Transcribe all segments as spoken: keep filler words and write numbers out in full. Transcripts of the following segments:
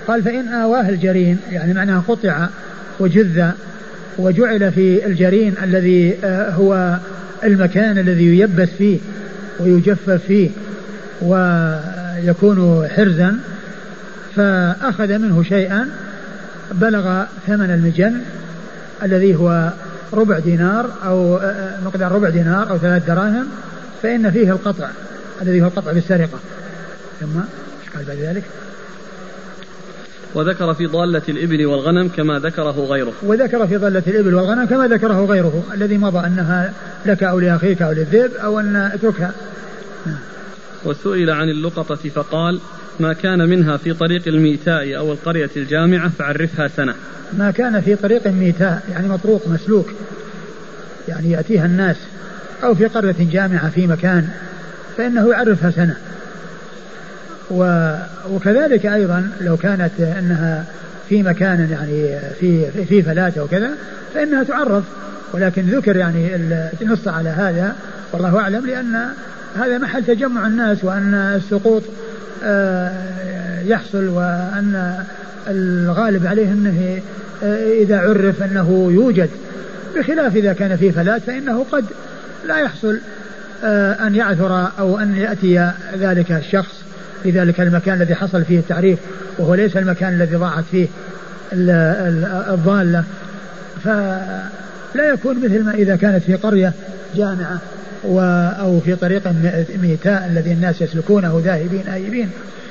قال فإن آواه الجرين يعني معناه قطع وجذ وجعل في الجرين الذي هو المكان الذي ييبس فيه ويجفف فيه ويكون حرزا، فأخذ منه شيئا بلغ ثمن المجن الذي هو ربع دينار أو مقدار ربع دينار أو ثلاث دراهم، فإن فيه القطع الذي هو القطع بالسرقة. ثم قال بعد ذلك وذكر في ضالة الإبل والغنم كما ذكره غيره. وذكر في ضالة الإبل والغنم كما ذكره غيره الذي مضى أنها لك أو لأخيك أو للذئب أو أن اتركها. وسئل عن اللقطة فقال ما كان منها في طريق الميتاء أو القرية الجامعة فعرفها سنة. ما كان في طريق الميتاء يعني مطروق مسلوك يعني يأتيها الناس، أو في قرية جامعة في مكان فإنه يعرفها سنة. وكذلك أيضا لو كانت أنها في مكان يعني في في فلاتة وكذا فإنها تعرف، ولكن ذكر يعني النص على هذا والله أعلم، لأن هذا محل تجمع الناس وأن السقوط يحصل، وأن الغالب عليه أنه إذا عرف أنه يوجد، بخلاف إذا كان في فلات فإنه قد لا يحصل أن يعثر أو أن يأتي ذلك الشخص في ذلك المكان الذي حصل فيه التعريف وهو ليس المكان الذي ضاعت فيه الضالة، فلا يكون مثل ما إذا كانت في قرية جامعة أو في طريق ميتاء الذي الناس يسلكونه ذاهبين آيبين.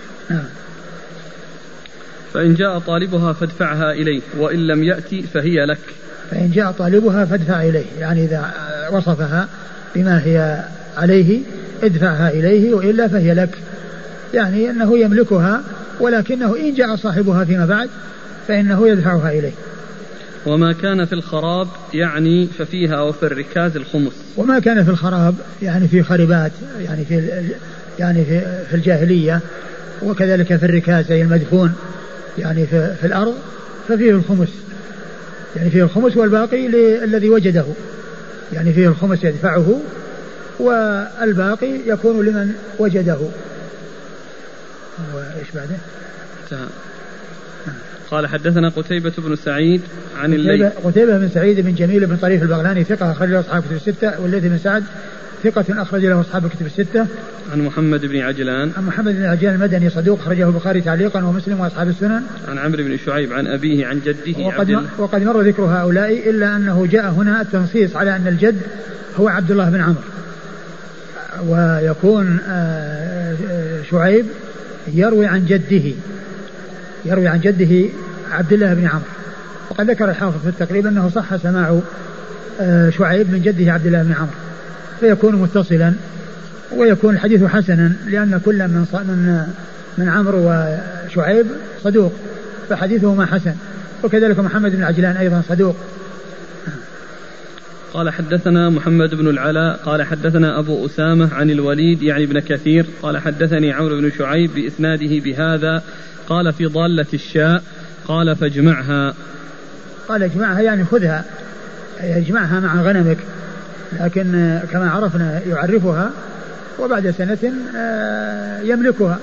فإن جاء طالبها فادفعها إليه وإن لم يأتي فهي لك. فإن جاء طالبها فادفع إليه يعني إذا وصفها بما هي عليه ادفعها إليه وإلا فهي لك، يعني أنه يملكها، ولكنه إن جاء صاحبها فيما بعد فإنه يدفعها إليه. وما كان في الخراب يعني ففيها وفي الركاز الخمس. وما كان في الخراب يعني في خربات يعني في يعني في, في الجاهلية، وكذلك في الركاز أي المدفون يعني في, في الأرض ففيه الخمس، يعني فيه الخمس والباقي للذي وجده، يعني فيه الخمس يدفعه والباقي يكون لمن وجده. وإيش بعده؟ قال حدثنا قتيبة بن سعيد عن الليث. قتيبة بن سعيد بن جميل بن طريف البغلاني ثقة أخرج له أصحاب كتب الستة، والليث بن سعد ثقة أخرج له أصحاب كتب الستة. عن محمد بن عجلان. عن محمد بن عجلان المدني صدوق أخرجه البخاري تعليقا ومسلم وأصحاب السنن. عن عمرو بن شعيب عن أبيه عن جده. وقد, وقد مر ذكر هؤلاء إلا أنه جاء هنا التنصيص على أن الجد هو عبد الله بن عمرو، ويكون شعيب يروي عن جده يروي عن جده عبد الله بن عمرو. وقد ذكر الحافظ في التقريب أنه صح سماع شعيب من جده عبد الله بن عمرو، فيكون متصلا ويكون الحديث حسنا، لأن كل من من من عمرو وشعيب صدوق فحديثهما حسن، وكذلك محمد بن عجلان أيضا صدوق. قال حدثنا محمد بن العلاء قال حدثنا أبو أسامة عن الوليد يعني ابن كثير قال حدثني عمرو بن شعيب بإسناده بهذا قال في ضالة الشاء قال فاجمعها. قال اجمعها يعني خذها، اجمعها مع غنمك، لكن كما عرفنا يعرفها وبعد سنة يملكها.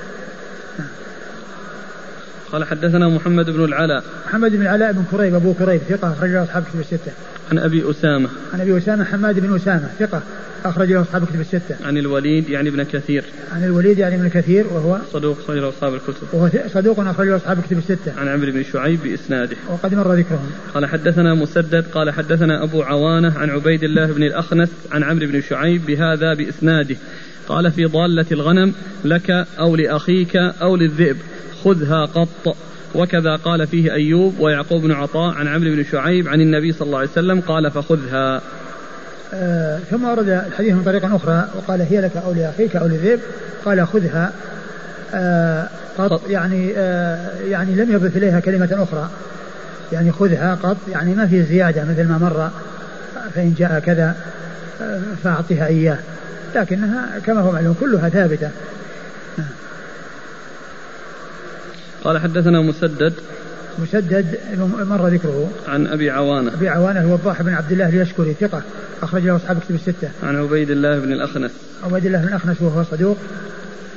قال حدثنا محمد بن العلاء. محمد بن العلاء بن كريب أبو كريب ثقة أخرج له أصحاب كتب الستة. عن أبي أسامة. عن أبي أسامة حماد بن أسامة ثقة أخرج له أصحاب كتب الستة. عن الوليد يعني ابن كثير. عن الوليد يعني ابن كثير وهو صدوق أخرج له أصحاب الكتب. وهو صدوق أخرج له أصحاب كتب الستة. عن عمرو بن شعيب بإسناده. وقد مر ذكرهم. قال حدثنا مسدد قال حدثنا أبو عوانة عن عبيد الله بن الأخنس عن عمرو بن شعيب بهذا بإسناده قال في ضالة الغنم لك أو لأخيك أو للذئب خذها قط. وكذا قال فيه أيوب ويعقوب بن عطاء عن عمرو بن شعيب عن النبي صلى الله عليه وسلم قال فخذها. آه ثم ورد الحديث من طريقة أخرى وقال هي لك أو لأخيك أو للذئب قال خذها آه قط يعني آه يعني لم يضف إليها كلمة أخرى، يعني خذها قط يعني ما في زيادة مثل ما مر فإن جاء كذا آه فأعطيها إياه، لكنها كما هو معلوم كلها ثابتة. قال حدثنا مسدد. مسدد مر ذكره. عن أبي عوانة. أبي عوانة الوضاح بن عبد الله اليشكري ثقة أخرج له أصحاب كتب الستة. عن عبيد الله بن الأخنس. عبيد الله بن الأخنس وهو صدوق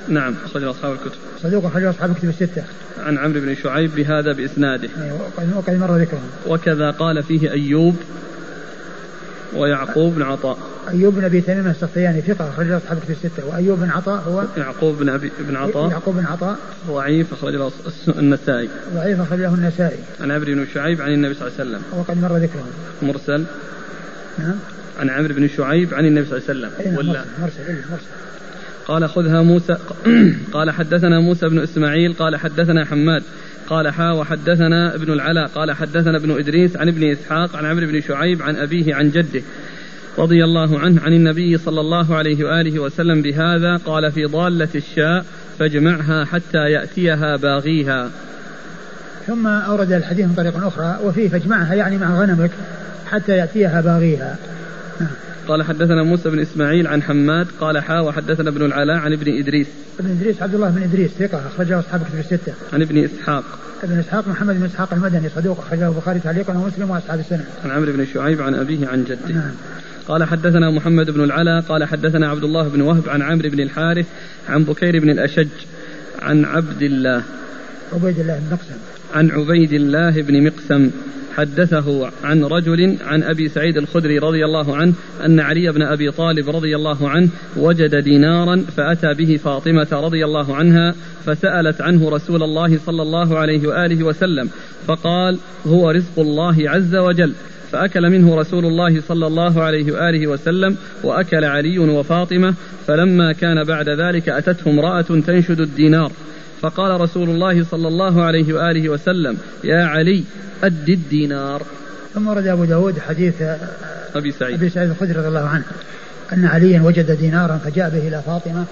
نعم أخرجه أصحاب الكتب. صدوق أخرجه أصحاب الكتب الستة. عن عمرو بن شعيب بهذا بإسناده. وقد مر ذكره. وكذا قال فيه أيوب ويعقوب بن عطاء. أيوب بن أبي تميم السختياني ثقة أخرجه أصحاب الكتب الستة. وأيوب بن عطاء هو يعقوب بن أبي بن عطاء. يعقوب بن عطاء ضعيف أخرجه النسائي. ضعيف أخرجه النسائي. عن عمرو بن شعيب عن النبي صلى الله عليه وسلم. وقد مر ذكره. مرسل. نعم. عن عمرو بن شعيب عن النبي صلى الله عليه وسلم. ولا مرسل مرسل, مرسل. قال خذها موسى. قال حدثنا موسى بن إسماعيل قال حدثنا حماد قال حا وحدثنا ابن العلاء قال حدثنا ابن إدريس عن ابن إسحاق عن عمرو بن شعيب عن أبيه عن جده رضي الله عنه عن النبي صلى الله عليه وآله وسلم بهذا. قال في ضالة الشاء فاجمعها حتى يأتيها باغيها. ثم أورد الحديث من طريق أخرى وفيه فاجمعها يعني مع غنمك حتى يأتيها باغيها. قال حدثنا موسى بن إسماعيل عن حماد قال حا وحدثنا ابن العلاء عن ابن إدريس. ابن إدريس عبد الله بن إدريس ثقة أخرجه أصحاب الكتب الستة. عن ابن إسحاق. ابن إسحاق محمد بن إسحاق المدني صدوق أخرجه البخاري تعليقا ومسلم وأصحاب السنة. عن عمرو بن شعيب عن أبيه عن جده. نعم. قال حدثنا محمد بن العلاء قال حدثنا عبد الله بن وهب عن عمرو بن الحارث عن بكير بن الأشج عن عبد الله عبيد الله بن مقسم عن عبيد الله بن مقسم حدثه عن رجل عن أبي سعيد الخدري رضي الله عنه أن علي بن أبي طالب رضي الله عنه وجد دينارا فأتى به فاطمة رضي الله عنها فسألت عنه رسول الله صلى الله عليه وآله وسلم فقال هو رزق الله عز وجل. فأكل منه رسول الله صلى الله عليه وآله وسلم وأكل علي وفاطمة. فلما كان بعد ذلك أتته امرأة تنشد الدينار فقال رسول الله صلى الله عليه وآله وسلم يا علي أد الدينار. ثم ورد أبو داود حديث أبي سعيد أبي سعيد الخدري رضي الله عنه أن عليا وجد دينارا فجاء به إلى فاطمة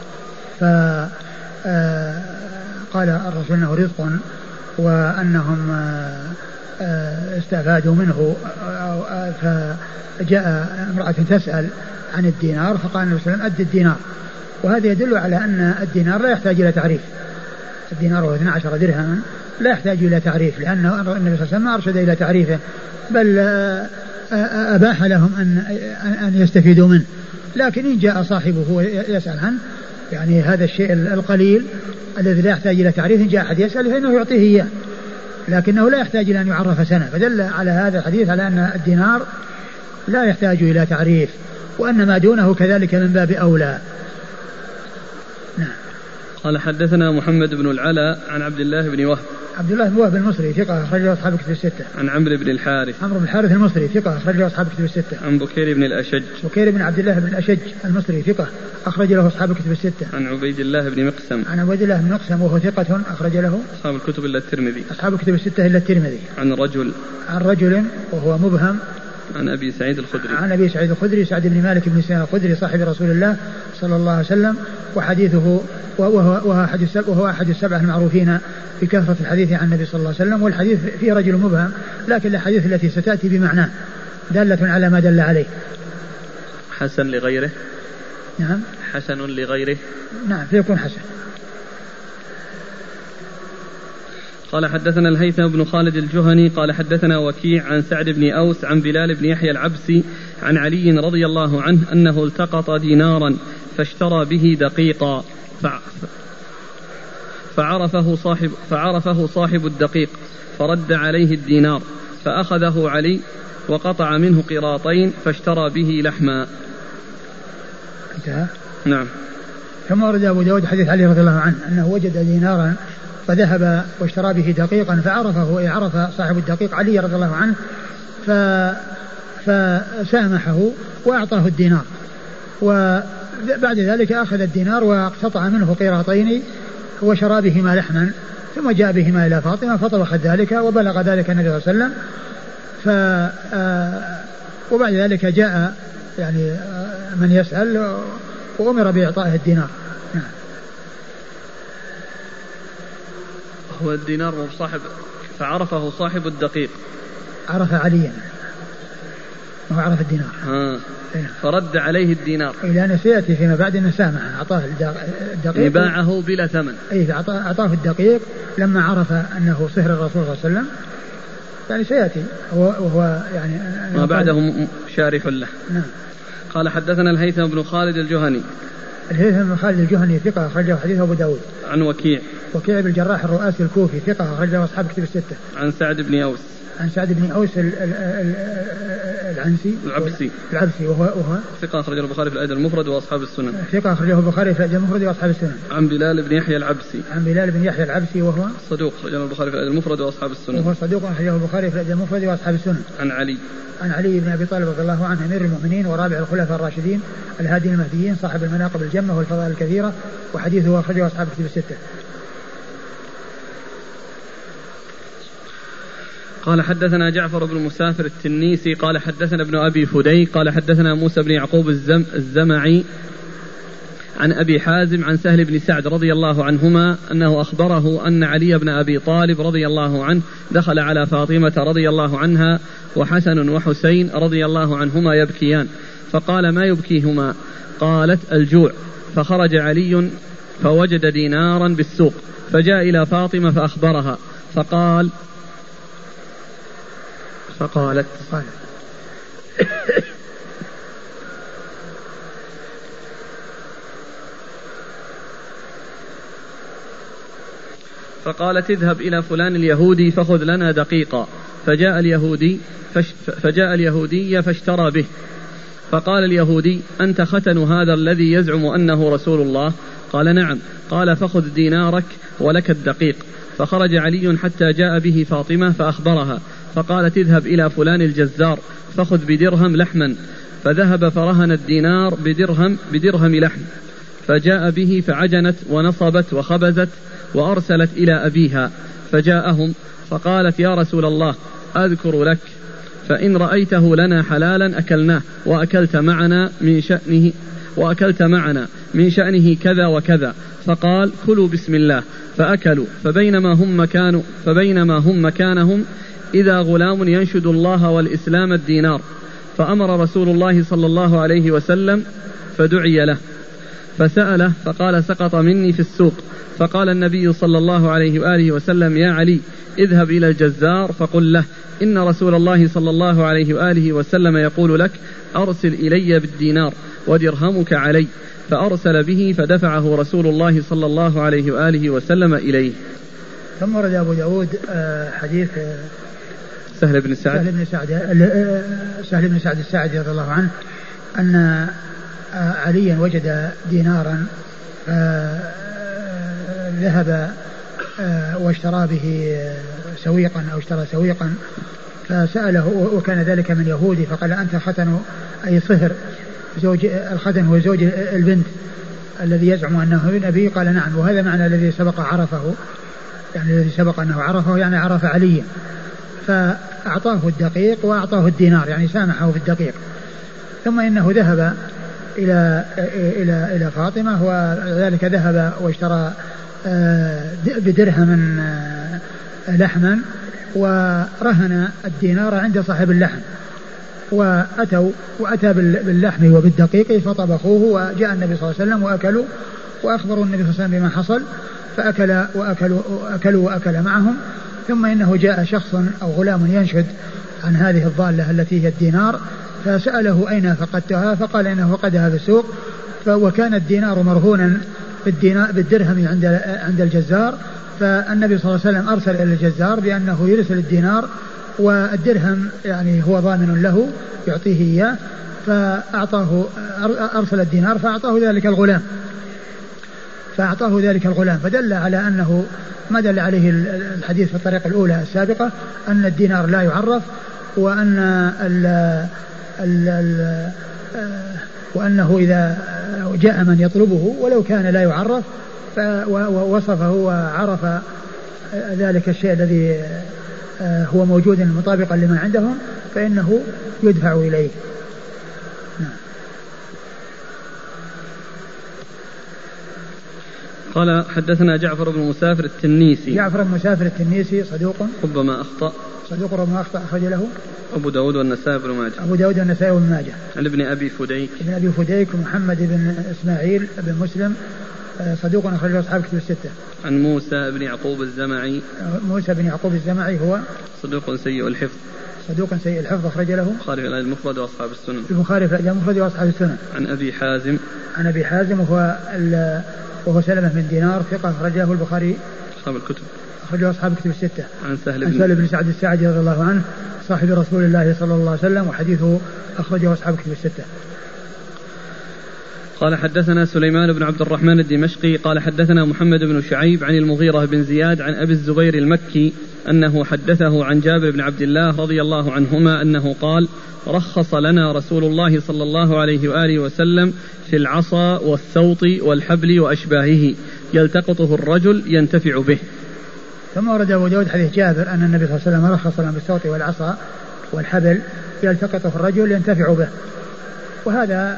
فقال الرسول أنه رزق وأنهم استفادوا منه فجاء امرأة تسأل عن الدينار فقال النبي صلى الله عليه وسلم أد الدينار. وهذا يدل على أن الدينار لا يحتاج إلى تعريف. الدينار هو اثنا عشر درهما لا يحتاج إلى تعريف لأنه النبي صلى الله عليه وسلم ما أرشد إلى تعريفه بل أباح لهم أن أن يستفيدوا منه. لكن إن جاء صاحبه يسأل عنه يعني هذا الشيء القليل الذي لا يحتاج إلى تعريف إن جاء أحد يسأل فإنه يعطيه إياه لكنه لا يحتاج إلى أن يعرف سنة. فدل على هذا الحديث على أن الدينار لا يحتاج إلى تعريف وأن ما دونه كذلك من باب أولى. نعم. قال حدثنا محمد بن العلاء عن عبد الله بن وهب. عبد الله بن وهب المصري ثقة أخرجه أصحاب الكتب الستة. عن عمرو بن الحارث. عمرو بن الحارث المصري ثقة أخرجه أصحاب الكتب الستة. عن بكير بن الأشج. بكير بن عبد الله بن الأشج المصري ثقة أخرج له أصحاب الكتب الستة. عن عبيد الله بن مقسم. عن عبيد الله بن مقسم وهو ثقة أخرج له أصحاب الكتب إلا الترمذي. أصحاب الكتب الستة إلا الترمذي. عن رجل. عن رجل وهو مبهم. عن أبي سعيد الخدري. عن أبي سعيد الخدري سعد بن مالك بن سنان الخدري صاحب رسول الله صلى الله عليه وسلم وحديثه وهو, وهو, أحد وهو أحد السبعة المعروفين بكثرة الحديث عن النبي صلى الله عليه وسلم. والحديث فيه رجل مبهم لكن الحديث التي ستأتي بمعناه دالة على ما دل عليه. حسن لغيره. نعم. حسن لغيره. نعم فيكون حسن. قال حدثنا الهيثم بن خالد الجهني قال حدثنا وكيع عن سعد بن أوس عن بلال بن يحيى العبسي عن علي رضي الله عنه أنه التقط دينارا فاشترى به دقيقا فعرفه صاحب, فعرفه صاحب الدقيق فرد عليه الدينار فأخذه علي وقطع منه قراطين فاشترى به لحما. انتهى. نعم. ثم ورد أبو داود حديث علي رضي الله عنه أنه وجد دينارا فذهب واشترى به دقيقا فعرفه عرف صاحب الدقيق علي رضي الله عنه فسامحه وأعطاه الدينار وبعد ذلك أخذ الدينار واقتطع منه قيراطين وشرى بهما لحما ثم جاء بهما إلى فاطمة فطبخت ذلك وبلغ ذلك النبي صلى الله عليه وسلم ف وبعد ذلك جاء يعني من يسأل وأمر بإعطائه الدينار. نعم. هو الدينار صاحب فعرفه صاحب الدقيق. عرف عليا وهو عرف الدينار. آه. فرد عليه الدينار. لأنه سيأتي فيما بعد أنه سامح أعطاه الدقيق. باعه بلا ثمن. أي أعطاه الدقيق لما عرف أنه صهر الرسول صلى الله عليه وسلم يعني سيأتي وهو يعني ما بعده شارح له. نعم. قال حدثنا الهيثم بن خالد الجهني الهيثم بن خالد الجهني ثقة أخرجه حديثه أبو داود. عن وكيع وكيع بن الجراح الرؤاسي الكوفي ثقة أخرجه أصحاب كتب الستة. عن سعد بن أوس عن سعد بن أوس العنسي العبسي العبسي وهو, وهو ثقة أخرجه البخاري في الأدب المفرد وأصحاب السنن. ثقة أخرجه البخاري في الأدب المفرد وأصحاب السنن. عن بلال بن يحيى العبسي عن بلال بن يحيى العبسي وهو صدوق أخرجه البخاري في الأدب المفرد وأصحاب السنن. وهو صدوق أخرجه البخاري في الأدب المفرد وأصحاب السنن. عن علي عن علي بن أبي طالب رضي الله عنه أمير المؤمنين ورابع الخلفاء الراشدين الهادي المهديين صاحب المناقب الجمة والفضائل الكثيرة وحديثه أخرجه أصحاب كتب الستة. قال حدثنا جعفر بن مسافر التنيسي قال حدثنا ابن أبي فدي قال حدثنا موسى بن يعقوب الزم الزمعي عن أبي حازم عن سهل بن سعد رضي الله عنهما أنه أخبره أن علي بن أبي طالب رضي الله عنه دخل على فاطمة رضي الله عنها وحسن وحسين رضي الله عنهما يبكيان فقال ما يبكيهما؟ قالت الجوع. فخرج علي فوجد دينارا بالسوق فجاء إلى فاطمة فأخبرها فقال فقالت فقالت اذهب إلى فلان اليهودي فخذ لنا دقيقا. فجاء اليهودي فجاء اليهودي فاشترى به. فقال اليهودي أنت ختن هذا الذي يزعم أنه رسول الله؟ قال نعم. قال فخذ دينارك ولك الدقيق. فخرج علي حتى جاء به فاطمة فأخبرها فقالت اذهب إلى فلان الجزار فخذ بدرهم لحما. فذهب فرهن الدينار بدرهم بدرهم لحم فجاء به فعجنت ونصبت وخبزت وأرسلت إلى أبيها فجاءهم فقالت يا رسول الله أذكر لك فإن رأيته لنا حلالا أكلناه وأكلت معنا من شأنه وأكلت معنا من شأنه كذا وكذا. فقال كلوا بسم الله. فأكلوا. فبينما هم مكانوا فبينما هم مكانهم إذا غلام ينشد الله والإسلام الدينار فأمر رسول الله صلى الله عليه وسلم فدعي له فسأله فقال سقط مني في السوق. فقال النبي صلى الله عليه وآله وسلم يا علي اذهب إلى الجزار فقل له إن رسول الله صلى الله عليه وآله وسلم يقول لك أرسل إلي بالدينار ودرهمك علي. فأرسل به فدفعه رسول الله صلى الله عليه وآله وسلم إليه. ثم ورد أبو داود حديث سهل بن سعد سهل بن سعد سهل بن سعد الساعدي رضي الله عنه أن عليا وجد دينارا ذهب واشترى به سويقا أو اشترى سويقا فسأله وكان ذلك من يهودي فقال أنت ختن أي صهر زوج الختن هو زوج البنت الذي يزعم أنه ابن أبيه؟ قال نعم. وهذا معنى الذي سبق عرفه يعني الذي سبق أنه عرفه يعني عرف عليا فأعطاه الدقيق وأعطاه الدينار يعني سامحه في الدقيق. ثم إنه ذهب إلى إلى إلى فاطمة وذلك ذهب واشترى بدرهم لحما ورهن الدينار عند صاحب اللحم وأتوا وأتى باللحم وبالدقيق فطبخوه وجاء النبي صلى الله عليه وسلم وأكلوا وأخبروا النبي صلى الله عليه وسلم بما حصل فأكل وأكلوا وأكلوا وأكل معهم. ثم إنه جاء شخص أو غلام ينشد عن هذه الضالة التي هي الدينار فسأله أين فقدتها؟ فقال إنه فقدها في السوق. وكان الدينار مرهونا بالدرهم عند عند الجزار فالنبي صلى الله عليه وسلم أرسل إلى الجزار بأنه يرسل الدينار والدرهم يعني هو ضامن له يعطيه إياه فأعطاه أرسل الدينار فأعطاه ذلك الغلام فأعطاه ذلك الغلام فدل على أنه ما دل عليه الحديث في الطريقة الأولى السابقة أن الدينار لا يعرف وأن ال ال ال وأنه إذا جاء من يطلبه ولو كان لا يعرف ووصفه وعرف ذلك الشيء الذي هو موجود مطابقا لما عندهم فإنه يدفع إليه. قال حدثنا جعفر بن مسافر التنيسي. جعفر بن مسافر التنيسي صدوق ربما أخطأ صدوق ربما أخطأ أخرج له أبو داود والنسائي بن ماجه أبو داود والنسائي بن ماجه. عن ابن أبي فديك ابن أبي فديك محمد بن إسماعيل بن مسلم صدوق أخرج أصحاب كتب الستة. عن موسى بن يعقوب الزمعي موسى بن يعقوب الزمعي هو صدوق سيء الحفظ صدوق سيء الحفظ أخرج له البخاري في الأدب المفرد وأصحاب السنن. البخاري في الأدب المفرد وأصحاب السنن. عن أبي حازم عن أبي حازم وهو وهو سلمة بن دينار ثقة أخرج له البخاري أصحاب الكتب أخرجه أصحاب الكتب الستة. عن سهل عن سهل بن سعد الساعدي رضي الله عنه صاحب رسول الله صلى الله عليه وسلم وحديثه أخرجه أصحاب الكتب الستة. قال حدثنا سليمان بن عبد الرحمن الدمشقي قال حدثنا محمد بن شعيب عن المغيرة بن زياد عن أبي الزبير المكي أنه حدثه عن جابر بن عبد الله رضي الله عنهما أنه قال رخص لنا رسول الله صلى الله عليه وآله وسلم في العصا والسوط والحبل وأشباهه يلتقطه الرجل ينتفع به. ثم ورد أبو داود حديث جابر أن النبي صلى الله عليه وسلم رخص لنا بالسوط والعصا والحبل يلتقطه الرجل ينتفع به. وهذا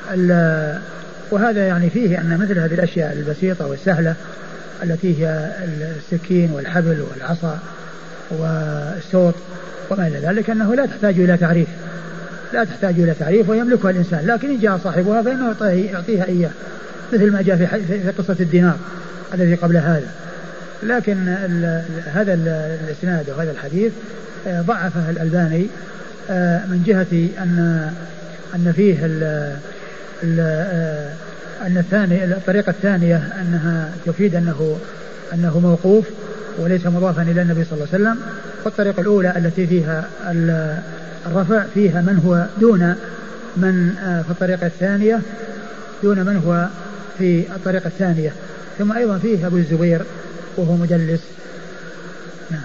وهذا يعني فيه أن مثل هذه الأشياء البسيطة والسهلة التي هي السكين والحبل والعصا والسوط وما إلى ذلك أنه لا تحتاج إلى تعريف لا تحتاج إلى تعريف ويملكها الإنسان، لكن إن جاء صاحبها فإنه يعطيها إياه مثل ما جاء في, في قصة الدينار الذي قبل هذا. لكن ال هذا الإسناد وهذا الحديث ضعفه الألباني من جهة أن أن فيه ال ال أن الثاني الطريقة الثانية أنها تفيد أنه أنه موقوف وليس مضافا إلى النبي صلى الله عليه وسلم، والطريقة الأولى التي فيها الرفع فيها من هو دون من في الطريقة الثانية دون من هو في الطريقة الثانية. ثم أيضا فيه أبو الزبير وهو مدلس. نعم.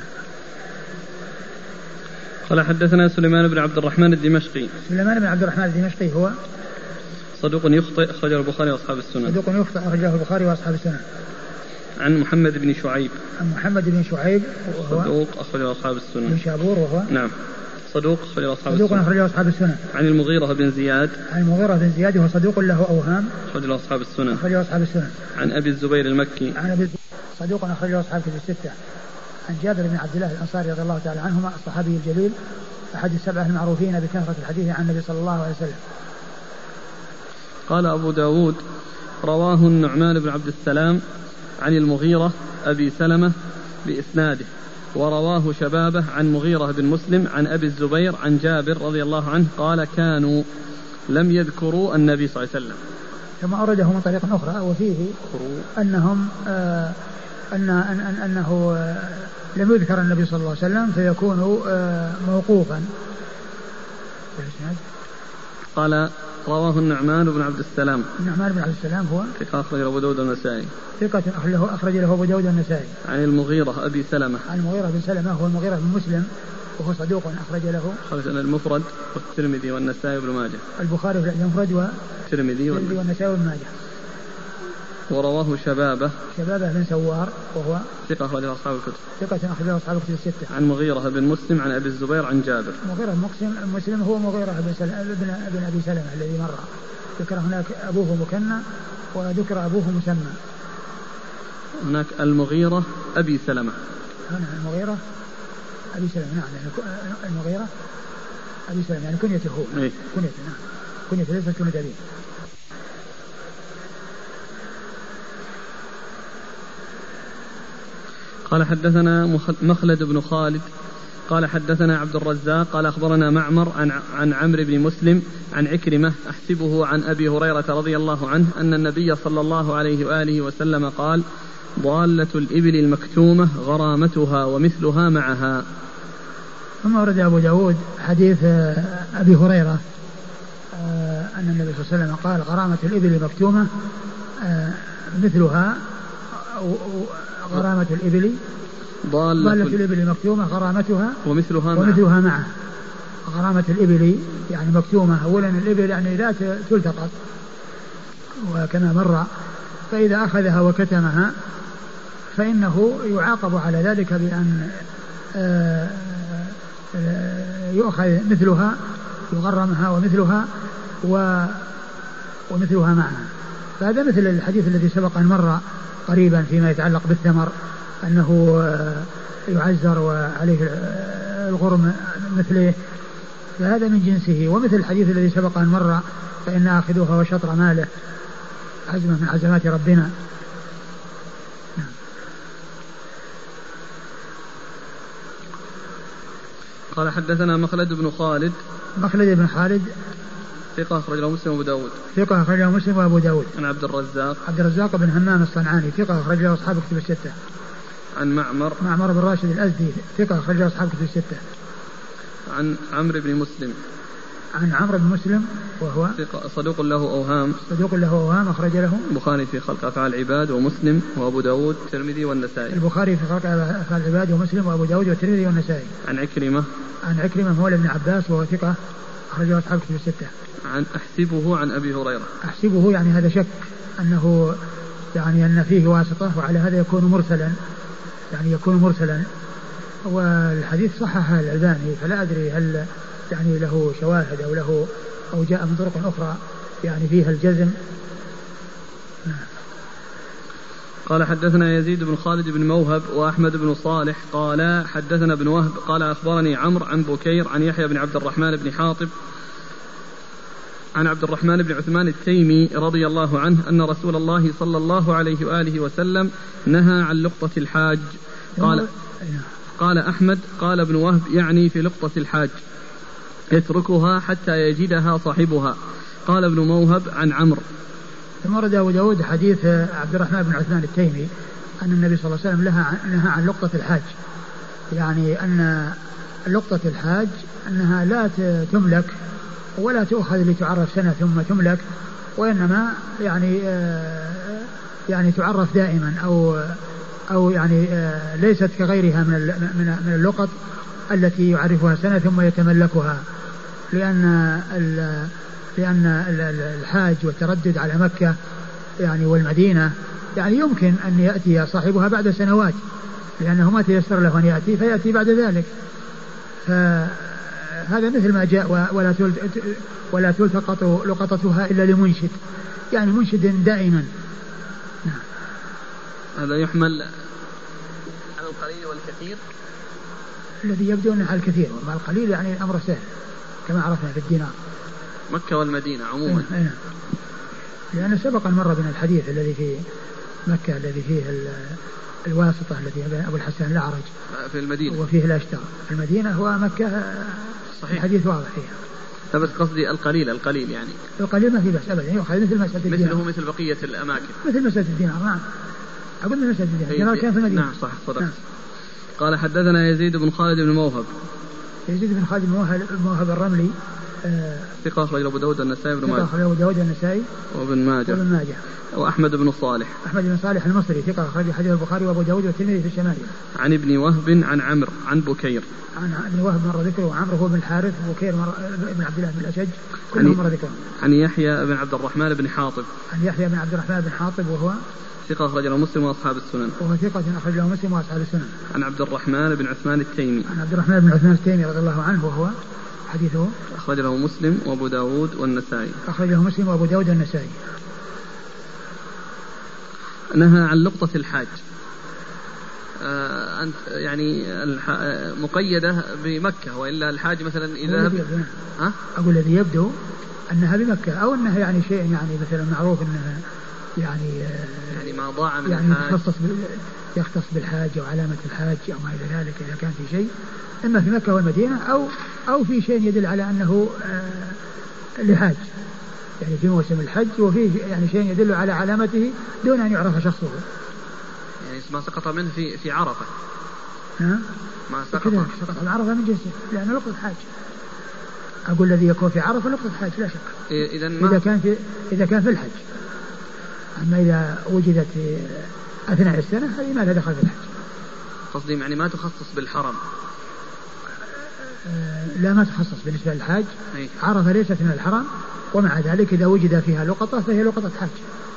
قال حدثنا سليمان بن عبد الرحمن الدمشقي. سليمان بن عبد الرحمن الدمشقي هو صدوق يخطئ أخرجه البخاري وأصحاب السنن. صدوق يخطئ أخرجه البخاري وأصحاب السنن. عن محمد بن شعيب. عن محمد بن شعيب وهو صدوق أخرجه أصحاب السنن. بن شابور وهو نعم صدوق أخرجه أصحاب صدوق السنن. أخرجه أصحاب السنن. عن المغيرة بن زياد. عن المغيرة بن زياد وهو صدوق له أوهام أخرجه أصحاب السنن. أخرجه أصحاب السنن. عن أبي الزبير المكي. عن أبي صدوق أخرجه أصحاب الكتب الستة. عن جابر بن عبد الله الأنصاري رضي الله تعالى عنهما الصحابي الجليل أحد السبعة المعروفين بكثرة الحديث عن النبي صلى الله عليه وسلم. قال أبو داود رواه النعمان بن عبد السلام عن المغيرة أبي سلمة بإسناده، ورواه شبابه عن مغيرة بن مسلم عن أبي الزبير عن جابر رضي الله عنه قال كانوا لم يذكروا النبي صلى الله عليه وسلم. ثم أورده من طريق أخرى وفيه أنهم آه أن أن أنه آه لم يذكر النبي صلى الله عليه وسلم فيكون آه موقوفا. قال رواه النعمان بن عبد السلام. النعمان بن عبد السلام هو ثقة أخرج له أبو داود النسائي. ثقة أخرج له أبو داود النسائي. عن المغيرة أبي سلمة. عن المغيرة بن سلمة هو المغيرة بن مسلم وهو صدوق أخرج له خرج المفرد والترمذي والنسائي وابن ماجه. البخاري في المفرد والترمذي والنسائي وابن ماجه. ورواه شبابه. شبابه بن سوار وهو ثقة أخرجه أصحاب الكتب. ثقة أخرجه أصحاب الكتب الستة. عن مغيرة بن مسلم عن أبي الزبير عن جابر. مغيرة بن مسلم هو مغيرة بن سلمة بن أبي سلمة الذي مر ذكر هناك أبوه مكنى وذكر أبوه مسمى. هناك المغيرة أبي سلمة. هنا المغيرة أبي سلمة نعم يعني المغيرة أبي سلمة يعني كنيته هو. إيه؟ كنيته نعم كنيته ليست كنية أبيه. قال حدثنا مخلد بن خالد قال حدثنا عبد الرزاق قال أخبرنا معمر عن عن عمرو بن مسلم عن عكرمة أحسبه عن أبي هريرة رضي الله عنه أن النبي صلى الله عليه وآله وسلم قال ضالة الإبل المكتومة غرامتها ومثلها معها. ثم ورد أبو داود حديث أبي هريرة أن النبي صلى الله عليه وسلم قال غرامة الإبل المكتومة مثلها غرامة الإبل ضالة الإبل المكتومة غرامتها ومثلها معها, ومثلها معها. غرامة الإبل يعني مكتومة أولا الإبل يعني لا تلتقط وكما مر فإذا أخذها وكتمها فإنه يعاقب على ذلك بأن يؤخذ مثلها يغرمها ومثلها ومثلها معها. فهذا مثل الحديث الذي سبق أن مر قريبا فيما يتعلق بالثمر أنه يعزر وعليه الغرم مثله، فهذا من جنسه. ومثل الحديث الذي سبق أن مر فإن آخذوها وشطر ماله عزمة من عزمات ربنا. قال حدثنا مخلد بن خالد. مخلد بن خالد ثقة أخرج له مسلم وأبو داود. ثقة أخرج له مسلم وأبو داود. عن عبد الرزاق. عبد الرزاق بن همام الصنعاني ثقة أخرج له أصحاب كتب الستة. عن معمر. معمر بن راشد الأزدي ثقة أخرج له أصحاب كتب الستة. عن عمرو بن مسلم. عن عمرو بن مسلم وهو صدوق له أوهام. صدوق له أوهام أخرج له البخاري في خلق أفعال العباد ومسلم وأبو داود والترمذي والنسائي. البخاري في خلق أفعال العباد ومسلم وأبو داود والترمذي والنسائي. عن عكرمة. عن عكرمة مولى ابن عباس وهو ثقة أخرج له أصحاب كتب الستة. عن أحسبه عن أبي هريرة. أحسبه يعني هذا شك أنه يعني أن فيه واسطة وعلى هذا يكون مرسلا يعني يكون مرسلا والحديث صححه الألباني فلا أدري هل يعني له شواهد أو له أو جاء من طرق أخرى يعني فيها الجزم. قال حدثنا يزيد بن خالد بن موهب وأحمد بن صالح قال حدثنا ابن وهب قال أخبرني عمرو عن بكير عن يحيى بن عبد الرحمن بن حاطب عن عبد الرحمن بن عثمان التيمي رضي الله عنه أن رسول الله صلى الله عليه وآله وسلم نهى عن لقطة الحاج. قال قال أحمد قال ابن وهب يعني في لقطة الحاج يتركها حتى يجدها صاحبها. قال ابن موهب عن عمرو. ثم ورد أبو داود حديث عبد الرحمن بن عثمان التيمي أن النبي صلى الله عليه وسلم نهى عن لقطة الحاج يعني أن لقطة الحاج أنها لا تملك ولا تؤخذ لتعرف سنة ثم تملك وإنما يعني يعني تعرف دائما أو أو يعني ليست كغيرها من من اللقط التي يعرفها سنة ثم يتملكها لأن لأن الحاج والتردد على مكة يعني والمدينة يعني يمكن أن يأتي صاحبها بعد سنوات لأنه ما تيسر له أن يأتي فيأتي بعد ذلك. فهذا مثل ما جاء ولا ولا تلتقط لقطتها إلا لمنشد يعني منشد دائما. هذا يحمل على القليل والكثير الذي يبدو أنه على الكثير ومع القليل يعني الأمر سهل كما عرفنا في الدينار. مكة والمدينة عموما. أيه أيه. لأن سبق المرة من الحديث الذي في مكة الذي فيه الواسطة الذي أبو الحسن الأعرج في المدينة وفيه الأشتر. في المدينة هو مكة صحيح الحديث واضح فيها. بس قصدي القليل القليل يعني القليل ما في بس أبدا يؤخذ مثل مسألة الدينار مثله مثل بقية الأماكن مثل مسألة الدينار. نعم أقول مثل مسألة الدينار الدينار كان في المدينة. نعم صح صدق. نعم. قال حدثنا يزيد بن خالد بن موهب. يزيد بن خالد بن موهب الرملي ثقة أخرج أبو داود النسائي وابن ماجه. ثقة أبو داود النسائي وابن ماجه. وابن ماجه. وأحمد بن صالح. أحمد بن صالح المصري ثقة أخرج حديث البخاري وأبو داود والترمذي في الشمال. عن ابن وهب عن عمرو عن بكير. عن ابن وهب مر ذكره وعمرو هو بن الحارث وبكير بن عبد الله بن الأشج كلهم مر ذكره. عن يحيى بن عبد الرحمن بن حاطب. عن يحيى بن عبد الرحمن بن حاطب وهو ثقة أخرج له مسلم وأصحاب السنن. وهو ثقة أخرج له مسلم وأصحاب السنن. عن عبد الرحمن بن عثمان التيمي. عن عبد الرحمن بن عثمان التيمي رضي الله عنه وهو حديثه أخرج له مسلم وأبو داود والنسائي. أخرج له مسلم وأبو داود والنسائي. نهى عن لقطة الحاج. آه أنت يعني مقيدة بمكة وإلا الحاج مثلا إذا ها؟ أقول الذي يبدو أنها بمكة أو أنها يعني شيء يعني مثلا معروف أنها يعني يعني ما ضاع من يعني الحاج يختص يختص بالحاج أو علامة الحاج أو ما إلى ذلك إذا كان في شيء إما في مكة والمدينة أو أو في شيء يدل على أنه آه لحاج يعني في موسم الحج وفي يعني شيء يدل على علامته دون أن يعرف شخصه. يعني ما سقط منه في في عرفة. ها؟ ما سقط سقط من عرفة من جنسه لأنه لقطة حاج. أقول الذي يكون في عرفة لقطة حاج لا شك. إذا ما إذا كان في إذا كان في الحج. أما إذا وجدت في أثناء السنة هذه ما لها دخل في الحج. قصدي يعني ما تخصص بالحرم. آه لا ما تخصص بالنسبة للحاج. أي. عرفة ليست من الحرم ومع ذلك إذا وجد فيها لقطة فهي لقطة حج.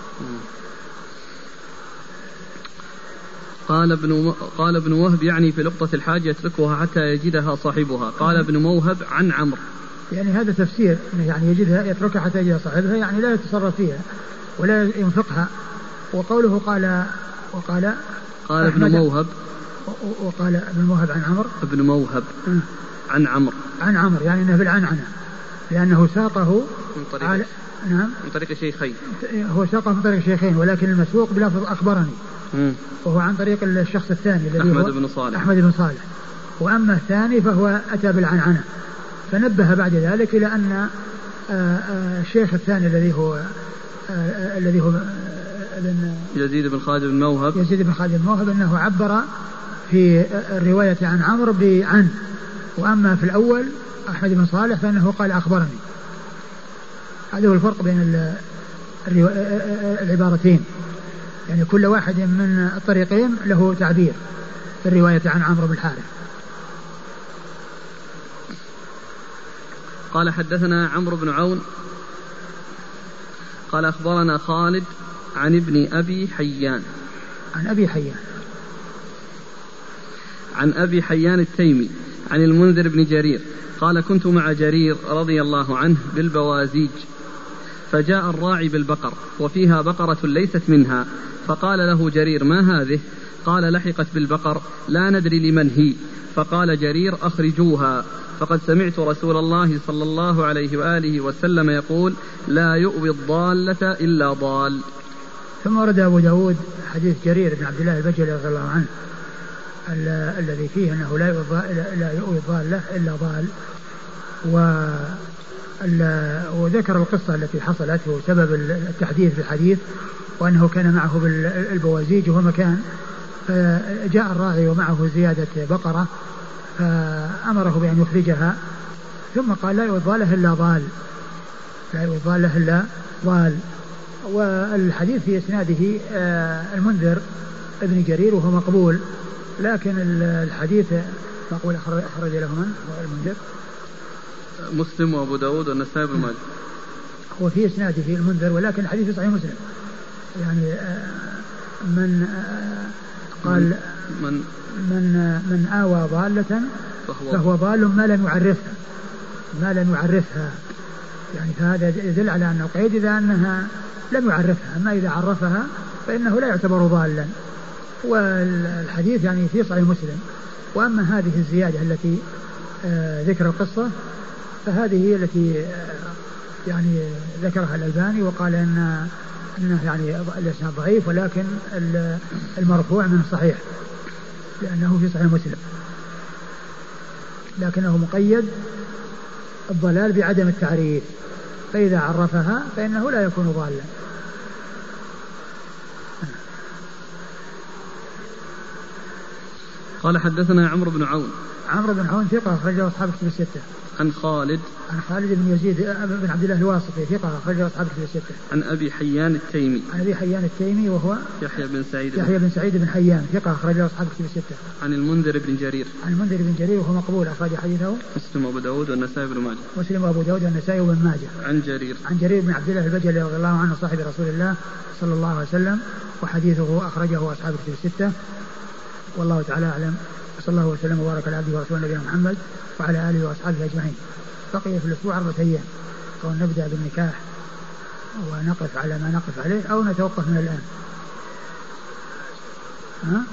قال ابن قال ابن وهب يعني في لقطة الحاج يتركها حتى يجدها صاحبها. قال ابن موهب عن عمرو. يعني هذا تفسير يعني يجدها يتركها حتى يجدها صاحبها يعني لا يتصرف فيها ولا ينفقها. وقوله قال وقال قال ابن موهب وقال ابن موهب عن عمرو. ابن موهب عن عمرو عن عمرو يعني انه بالعنعنة لأنه ساقه من طريق على نعم من طريق الشيخين. هو ساقه من طريق الشيخين ولكن المسوق بلفظ أخبرني. مم. وهو عن طريق الشخص الثاني الذي أحمد هو بن صالح. أحمد بن صالح وأما الثاني فهو أتى بالعنعنة. فنبه بعد ذلك إلى أن الشيخ الثاني الذي هو الذي هو يزيد بن خالد بن موهب يزيد بن خالد بن موهب أنه عبر في الرواية عن عمرو بعن، وأما في الأول أحمد بن صالح فإنه قال أخبرني. هذا هو الفرق بين العبارتين، يعني كل واحد من الطريقين له تعبير في الرواية عن عمرو بن الحارث. قال حدثنا عمرو بن عون قال أخبرنا خالد عن ابن أبي حيان عن أبي حيان عن أبي حيان التيمي عن المنذر بن جرير قال كنت مع جرير رضي الله عنه بالبوازيج، فجاء الراعي بالبقر وفيها بقرة ليست منها، فقال له جرير ما هذه؟ قال لحقت بالبقر لا ندري لمن هي. فقال جرير أخرجوها، فقد سمعت رسول الله صلى الله عليه وآله وسلم يقول لا يؤوي الضالة إلا ضال. ثم ورد أبو داود حديث جرير بن عبد الله البجلي رضي الله عنه الذي فيه أنه لا يؤوي الضالة إلا ضال، وذكر القصة التي حصلت وسبب التحديث بالحديث، وأنه كان معه بالبوازيج وهو مكان، فجاء الراعي ومعه زيادة بقرة فأمره بأن يخرجها، ثم قال لا يؤوي الضالة إلا ضال، لا يؤوي الضالة إلا ضال. والحديث في إسناده المنذر ابن جرير وهو مقبول، لكن الحديث مقبول أخرج له من المنذر مسلم وأبو داود والنسائي بن ماجه. هو في إسناده المنذر ولكن الحديث في صحيح مسلم، يعني من قال من من من آوى ضالة فهو ضال ما لم يعرفها ما لم يعرفها يعني فهذا يدل على أنه قيد إذا أنها لم يعرفها، أما إذا عرفها فإنه لا يعتبر ضالا. والحديث يعني في صحيح مسلم. وأما هذه الزيادة التي آه ذكر القصة فهذه هي التي آه يعني ذكرها الألباني وقال إن إنه يعني الإسناد ضعيف، ولكن المرفوع من صحيح لأنه في صحيح مسلم، لكنه مقيد الضلال بعدم التعريف، فإذا عرفها فإنه لا يكون ضالا. قال حدثنا عمرو بن عون عمرو بن عون ثقة أخرجه أصحاب الكتب الستة. عن خالد عن خالد بن يزيد بن عبد الله الواسطي ثقة أخرجه أصحاب الكتب الستة. عن أبي حيان التيمي عن أبي حيان التيمي وهو يحيى بن سعيد يحيى بن سعيد بن حيان ثقة أخرجه أصحاب الكتب الستة. عن المنذر بن جرير عن المنذر بن جرير وهو مقبول أخرج حديثه مسلم وأبو داود والنسائي بن ماجه مسلم وأبو داود والنسائي بن ماجه. عن جرير عن جرير بن عبد الله البجلي رضي الله عنه صاحب رسول الله صلى الله عليه وسلم، وحديثه أخرجه أصحاب الكتب الستة. والله تعالى أعلم، صلى الله وسلم وبارك على عبده ورسوله نبينا محمد وعلى آله وأصحابه أجمعين. بقي في الأسبوع أربعة أيام، ونبدأ بالنكاح ونقف على ما نقف عليه أو نتوقف من الآن. ها؟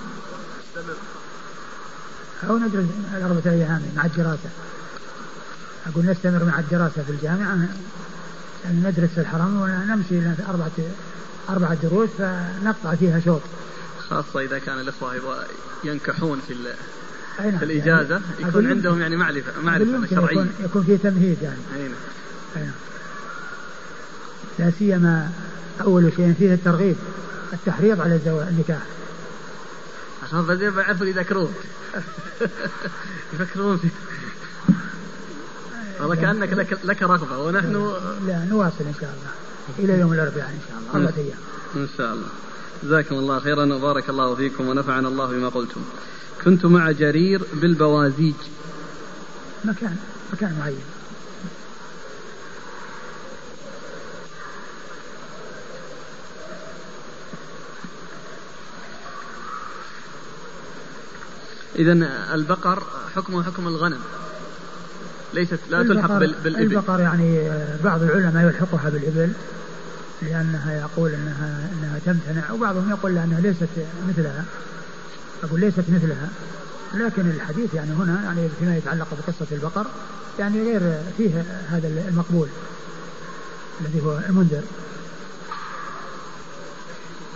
أو ندرس الأربعة أيام مع الدراسة. أقول نستمر مع الدراسة في الجامعة، يعني ندرس الحرم ونمشي إلى أربعة أربعة دروس فنقطع فيها شوط، خاصة إذا كان الإخوة ينكحون في أين في الإجازة يعني يكون عندهم يعني معرفة معرفة شرعية، يكون, يكون فيه تمهيد يعني. أين أين لا سيما أول شيء فيه الترغيب التحريض على الزواج النكاح عشان بعدين بعرفوا يذكرون يفكرون فيه. والله كأنك لك, لك رغبة ونحن لا نواصل إن شاء الله إلى يوم الأربعاء إن شاء الله أربعة أيام إن شاء الله. جزاكم الله خيرا وبارك الله فيكم ونفعنا الله بما قلتم. كنت مع جرير بالبوازيج. مكان مكان معين. إذن البقر حكمه حكم الغنم، ليست لا تلحق بالإبل. البقر يعني بعض العلماء يلحقها بالإبل لأنها يقول أنها أنها تمتنع، وبعضهم يقول أنها ليست مثلها. أقول ليست مثلها، لكن الحديث يعني هنا يعني فيما يتعلق بقصة البقر يعني غير فيه هذا المقبول الذي هو المنذر،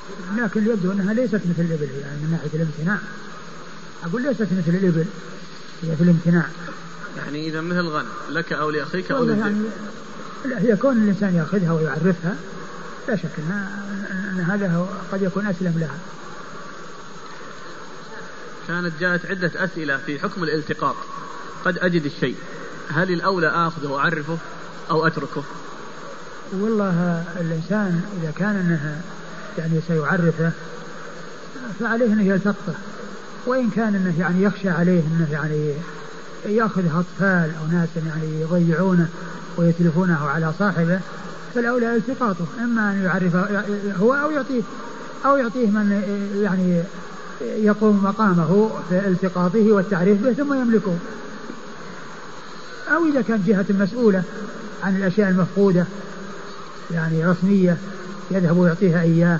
لكن يبدو أنها ليست مثل الإبل يعني من ناحية الامتناع. أقول ليست مثل الإبل هي في الامتناع. يعني إذا مثل غنم لك أو لأخيك أو للذئب. يعني هي كون الإنسان يأخذها ويعرفها لا شك أن, أن هذا قد يكون أسلم لها. كانت جاءت عدة أسئلة في حكم الالتقاط. قد أجد الشيء، هل الأولى آخذه وأعرفه أو أتركه؟ والله الإنسان إذا كان أنها يعني سيعرفه فعليه أنه يلتقطه، وإن كان أنه يعني يخشى عليه أنه يعني يأخذ أطفال أو ناس يعني يضيعونه ويتلفونه على صاحبه فالأولى التقاطه، إما أن يعرفه هو أو يعطيه أو يعطيه من يعني يقوم مقامه في التقاطه والتعريف به ثم يملكه، أو إذا كانت جهة مسؤولة عن الأشياء المفقودة يعني رسمية يذهب ويعطيها إياه،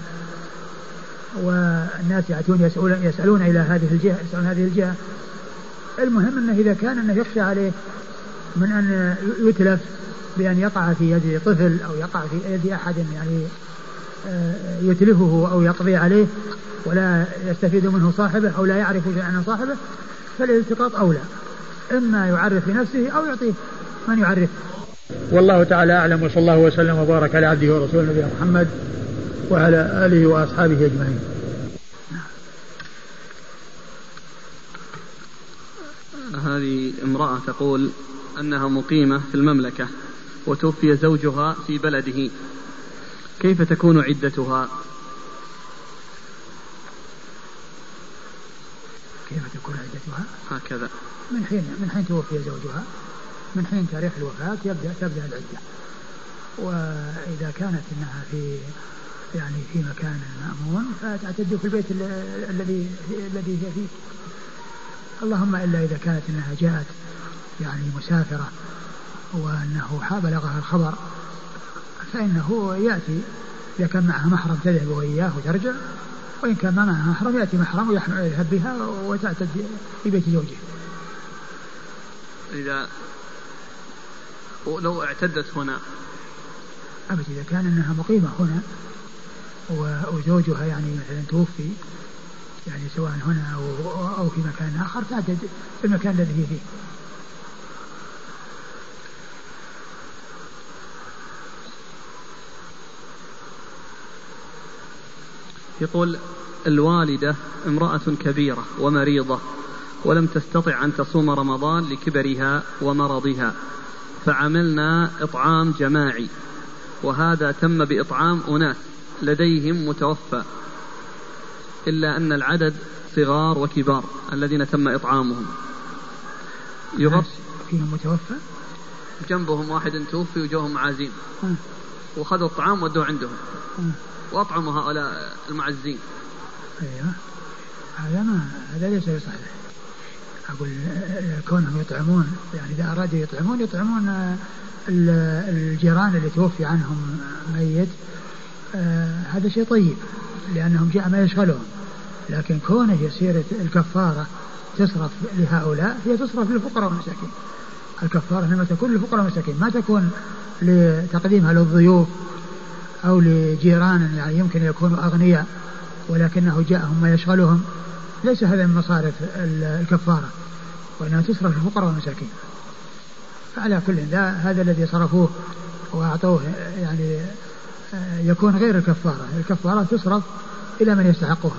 والناس يأتون يسألون, يسألون إلى هذه الجهة يسألون هذه الجهة. المهم أنه إذا كان أنه يخشى عليه من أن يتلف بأن يقع في يد طفل أو يقع في يد أحد يعني يتلفه أو يقضي عليه ولا يستفيد منه صاحبه أو لا يعرف شيئا عن صاحبه فالالتقاط أولى، إما يعرف بنفسه أو يعطيه من يعرف. والله تعالى أعلم، وصلى الله وسلم وبارك على عبده ورسوله نبينا محمد وعلى آله وأصحابه أجمعين. هذه امرأة تقول أنها مقيمة في المملكة وتوفي زوجها في بلده، كيف تكون عدتها؟ كيف تكون عدتها؟ هكذا من حين من حين توفي زوجها، من حين تاريخ الوفاة يبدأ تبدأ العدة، وإذا كانت إنها في يعني في مكان مأمون فتعتد في البيت الذي الذي هي فيه، اللهم إلا إذا كانت إنها جاءت يعني مسافرة وأنه بلغها الخبر فإنه يأتي إذا كان معها محرم تذهب وإياه وترجع، وإن كان ما معها محرم يأتي محرم ويذهب بها وتعتد في بيت زوجها. إذا لو اعتدت هنا أبدا إذا كان إنها مقيمة هنا وزوجها يعني مثلا توفي يعني سواء هنا أو, أو في مكان آخر تعتد في المكان الذي هي فيه. يقول الوالدة امرأة كبيرة ومريضة ولم تستطع أن تصوم رمضان لكبرها ومرضها، فعملنا إطعام جماعي، وهذا تم بإطعام أناس لديهم متوفى، إلا أن العدد صغار وكبار الذين تم إطعامهم. يغص فيهم متوفى جنبهم واحد توفي وجوهم معازين وخذوا الطعام ودوه عندهم وأطعموا هؤلاء المعزين. أيوة هذا ما هذا ليس صحيح. أقول كونهم يطعمون يعني إذا أرادوا يطعمون يطعمون الجيران اللي توفي عنهم ميت، آه هذا شيء طيب لأنهم جاء ما يشغلهم، لكن كونه يصير الكفارة تصرف لهؤلاء هي تصرف للفقراء والمساكين. الكفارة لما تكون للفقراء والمساكين ما تكون لتقديمها للضيوف أو لجيران يعني يمكن يكونوا أغنياء ولكنه جاءهم ما يشغلهم، ليس هذا من مصارف الكفارة وإنها تصرف للفقراء والمساكين. فعلى كل هذا الذي صرفوه وأعطوه يعني يكون غير الكفارة، الكفارة تصرف إلى من يستحقها.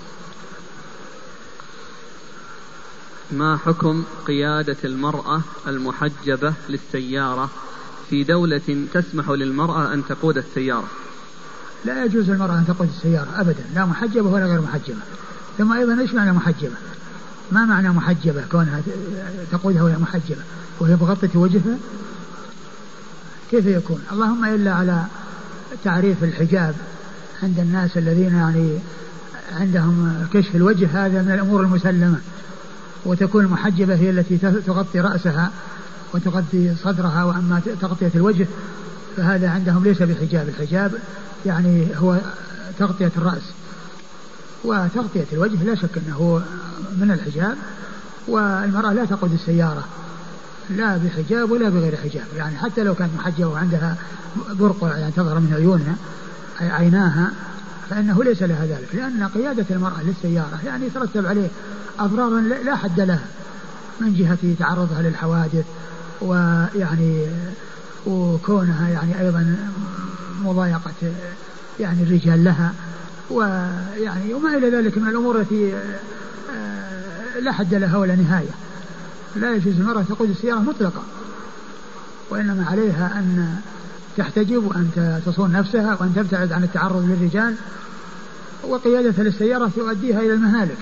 ما حكم قيادة المرأة المحجبة للسيارة في دولة تسمح للمرأة أن تقود السيارة؟ لا يجوز المرأة أن تقود السيارة أبدا، لا محجبة ولا غير محجبة. ثم أيضا إيش معنى محجبة؟ ما معنى محجبة كونها تقودها وهي محجبة وهي بغطة وجهها؟ كيف يكون؟ اللهم إلا على تعريف الحجاب عند الناس الذين يعني عندهم كشف الوجه، هذا من الأمور المسلمة، وتكون المحجبة هي التي تغطي رأسها وتغطي صدرها، وأما تغطية الوجه فهذا عندهم ليس بحجاب. الحجاب يعني هو تغطية الرأس، وتغطية الوجه لا شك أنه من الحجاب. والمرأة لا تقود السيارة لا بحجاب ولا بغير حجاب، يعني حتى لو كانت محجبة وعندها برقع يعني تظهر من عيونها عيناها فإنه ليس لها ذلك، لأن قيادة المرأة للسيارة يعني يترتب عليه أضرار لا حد لها، من جهة تعرضها للحوادث ويعني وكونها يعني أيضا مضايقة يعني الرجال لها ويعني وما إلى ذلك من الأمور التي لا حد لها ولا نهاية. لا يجوز المرأة تقود السيارة مطلقا، وإنما عليها أن تحتجب وأن تصون نفسها وأن تبتعد عن التعرض للرجال، وقيادة للسيارة تؤديها إلى المهالك.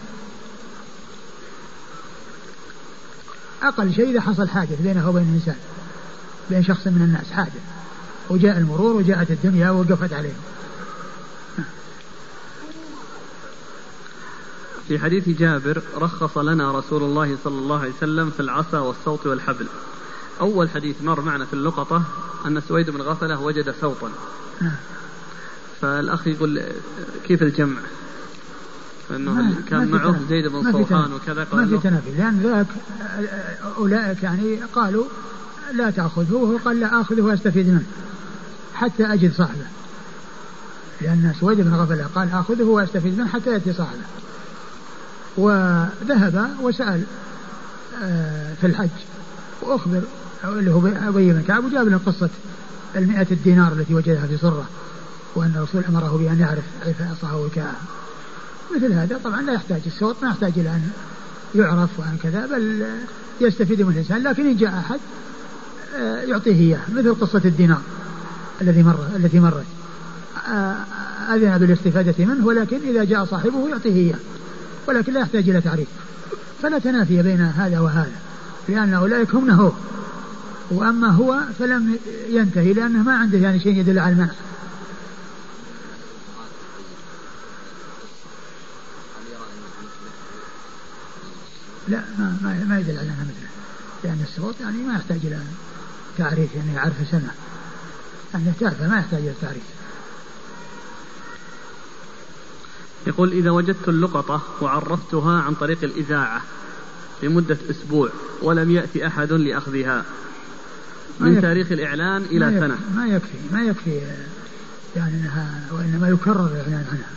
أقل شيء إذا حصل حادث بينه وبين الإنسان، بين شخص من الناس حادث وجاء المرور وجاءت الدنيا ووقفت عليهم. في حديث جابر رخص لنا رسول الله صلى الله عليه وسلم في العصا والصوت والحبل. أول حديث مر معنا في اللقطة أن سويد بن غفلة وجد صوتا، فالأخ يقول كيف الجمع؟ فإنه كان معه زيد بن صوحان وكذا، قال ما في تنافي، لأن ذاك أولئك يعني قالوا لا تأخذه وهو قال لا أخذه وأستفيد منه حتى أجد صاحبه، لأن سويد بن غفلة قال أخذه وأستفيد منه حتى يأتي صاحبه. وذهب وسأل في الحج وأخبر اللي هو أبي بن كعب وجاب له قصة المئة الدينار التي وجدها في صرة، وأن الرسول أمره بأن يعرف عفاصها وكاءها. مثل هذا طبعا لا يحتاج الصوت، ما يحتاج إلى أن يعرف وأن كذا، بل يستفيد من الإنسان. لكن إن جاء أحد يعطيه إياه، مثل قصة الدينار الذي مر التي مرت أذن بالاستفادة منه، ولكن إذا جاء صاحبه يعطيه إياه، ولكن لا يحتاج إلى تعريف. فلا تنافي بين هذا وهذا، لأن أولئك هم نهوه، وأما هو فلم ينتهي لأنه ما عنده يعني شيء يدل على المنع. لا ما, ما, ما يدل على أنها مثله، لأن الصوت يعني ما يحتاج إلى تعريف، يعني يعرف سنة أنه تعرفه ما يحتاج إلى تعريف. يقول إذا وجدت اللقطة وعرفتها عن طريق الإذاعة لمدة أسبوع ولم يأتي أحد لأخذها من تاريخ الإعلان إلى ما سنة، ما يكفي ما يكفي يعني أنها، وإنما يكرر الإعلان عنها.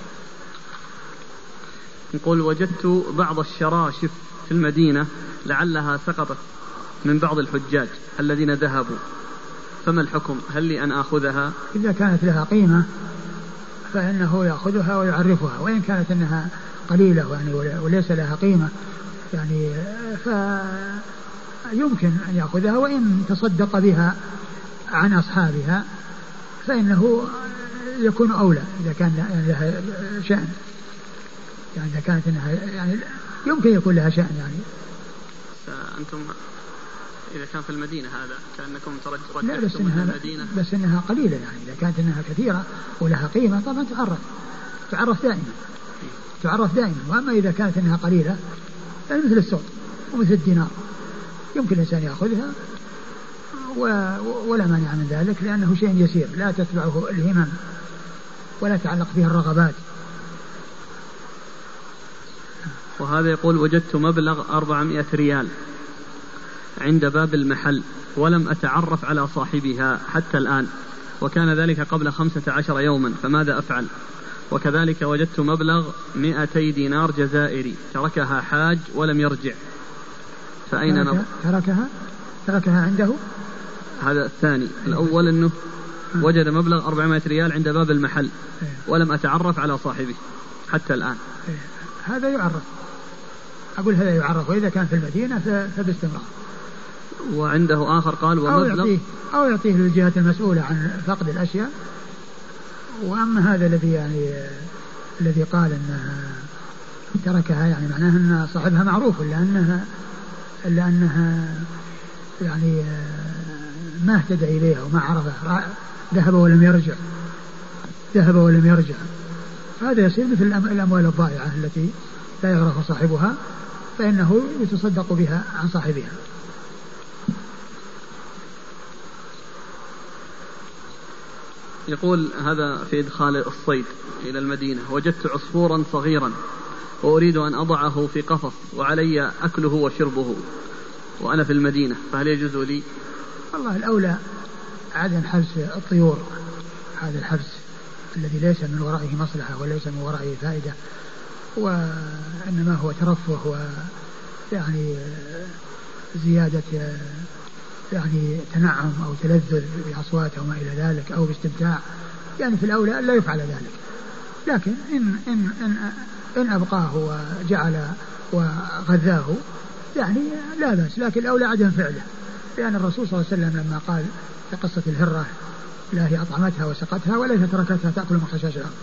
يقول وجدت بعض الشراشف في المدينة لعلها سقطت من بعض الحجاج الذين ذهبوا، فما الحكم؟ هل لي أن آخذها؟ إذا كانت لها قيمة فإنه يأخذها ويعرفها، وإن كانت أنها قليلة يعني وليس لها قيمة يعني فيمكن أن يأخذها، وإن تصدق بها عن أصحابها فإنه يكون أولى إذا كان لها شأن، يعني إذا كانت أنها يعني يمكن يكون لها شأن. يعني أنتم إذا كان في المدينة هذا كأنكم ترجعون لا، بس إنها, بس إنها قليلة، يعني إذا كانت إنها كثيرة ولها قيمة طبعا تعرف تعرف دائما تعرف دائما. وأما إذا كانت إنها قليلة يعني مثل الصوت ومثل الدينار يمكن الإنسان يأخذها ولا مانع من ذلك، لأنه شيء يسير لا تتبعه الهمم ولا تعلق فيها الرغبات. وهذا يقول وجدت مبلغ أربعمائة ريال عند باب المحل ولم أتعرف على صاحبها حتى الآن، وكان ذلك قبل خمسة عشر يوما، فماذا أفعل؟ وكذلك وجدت مبلغ مئتي دينار جزائري تركها حاج ولم يرجع، فأين ترك تركها تركها عنده؟ هذا الثاني. الأول أنه وجد مبلغ أربعمائة ريال عند باب المحل ولم أتعرف على صاحبه حتى الآن. هذا يعرف، أقول هذا يعرف، وإذا كان في المدينة فباستمرار. وعنده آخر قال ومبلغ أو يعطيه, أو يعطيه للجهات المسؤولة عن فقد الأشياء. وأما هذا الذي يعني الذي قال أنها تركها يعني معناه أن صاحبها معروف، لأنها لأنها يعني ما اهتدى إليها وما عرفه، ذهب ولم يرجع ذهب ولم يرجع فهذا يصير مثل الأموال الضائعة التي لا يعرف صاحبها، فإنه يتصدق بها عن صاحبها. يقول هذا في إدخال الصيد إلى المدينة، وجدت عصفورا صغيرا وأريد أن أضعه في قفص وعلي أكله وشربه وأنا في المدينة، فهل يجوز لي؟ والله الأولى عدم حبس الطيور، هذا الحبس الذي ليس من ورائه مصلحة وليس من ورائه فائدة، وإنما هو ترفه يعني زيادة يعني تنعم أو تلذذ بأصوات أو ما إلى ذلك أو باستمتاع، يعني في الأولى لا يفعل ذلك. لكن إن, إن, إن, إن أبقاه وجعل وغذاه يعني لا بأس، لكن الأولى عدم فعله، لأن الرسول صلى الله عليه وسلم لما قال في قصة الهرة لا هي أطعمتها وسقتها وليس تركتها تأكل من خشاش الأرض.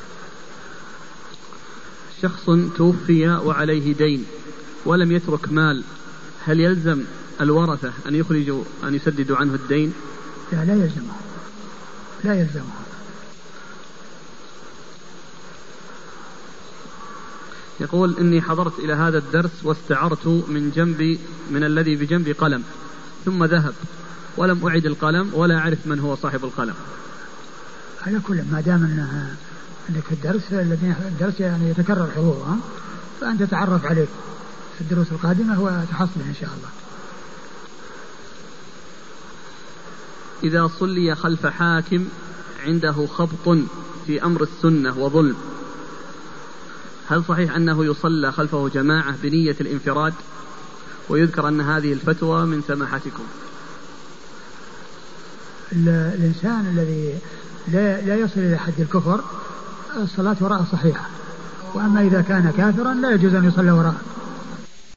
شخص توفي وعليه دين ولم يترك مال، هل يلزم الورثة أن يخرجوا أن يسددوا عنه الدين؟ لا لا يلزمه، لا يلزمه. يقول إني حضرت إلى هذا الدرس واستعرت من جنبي من الذي بجنبي قلم ثم ذهب ولم أعد القلم ولا أعرف من هو صاحب القلم. على كل ما دام أنه أنك في الدرس الذي الدرس يعني يتكرر حضوره فأنت تتعرف عليه في الدروس القادمة وتحصله إن شاء الله. إذا صلي خلف حاكم عنده خبط في أمر السنة وظلم، هل صحيح أنه يصلى خلفه جماعة بنية الانفراد؟ ويذكر أن هذه الفتوى من سماحتكم. الإنسان الذي لا, لا يصل إلى حد الكفر الصلاة وراءه صحيحة، وأما إذا كان كافرا لا يجوز أن يصلى وراءه.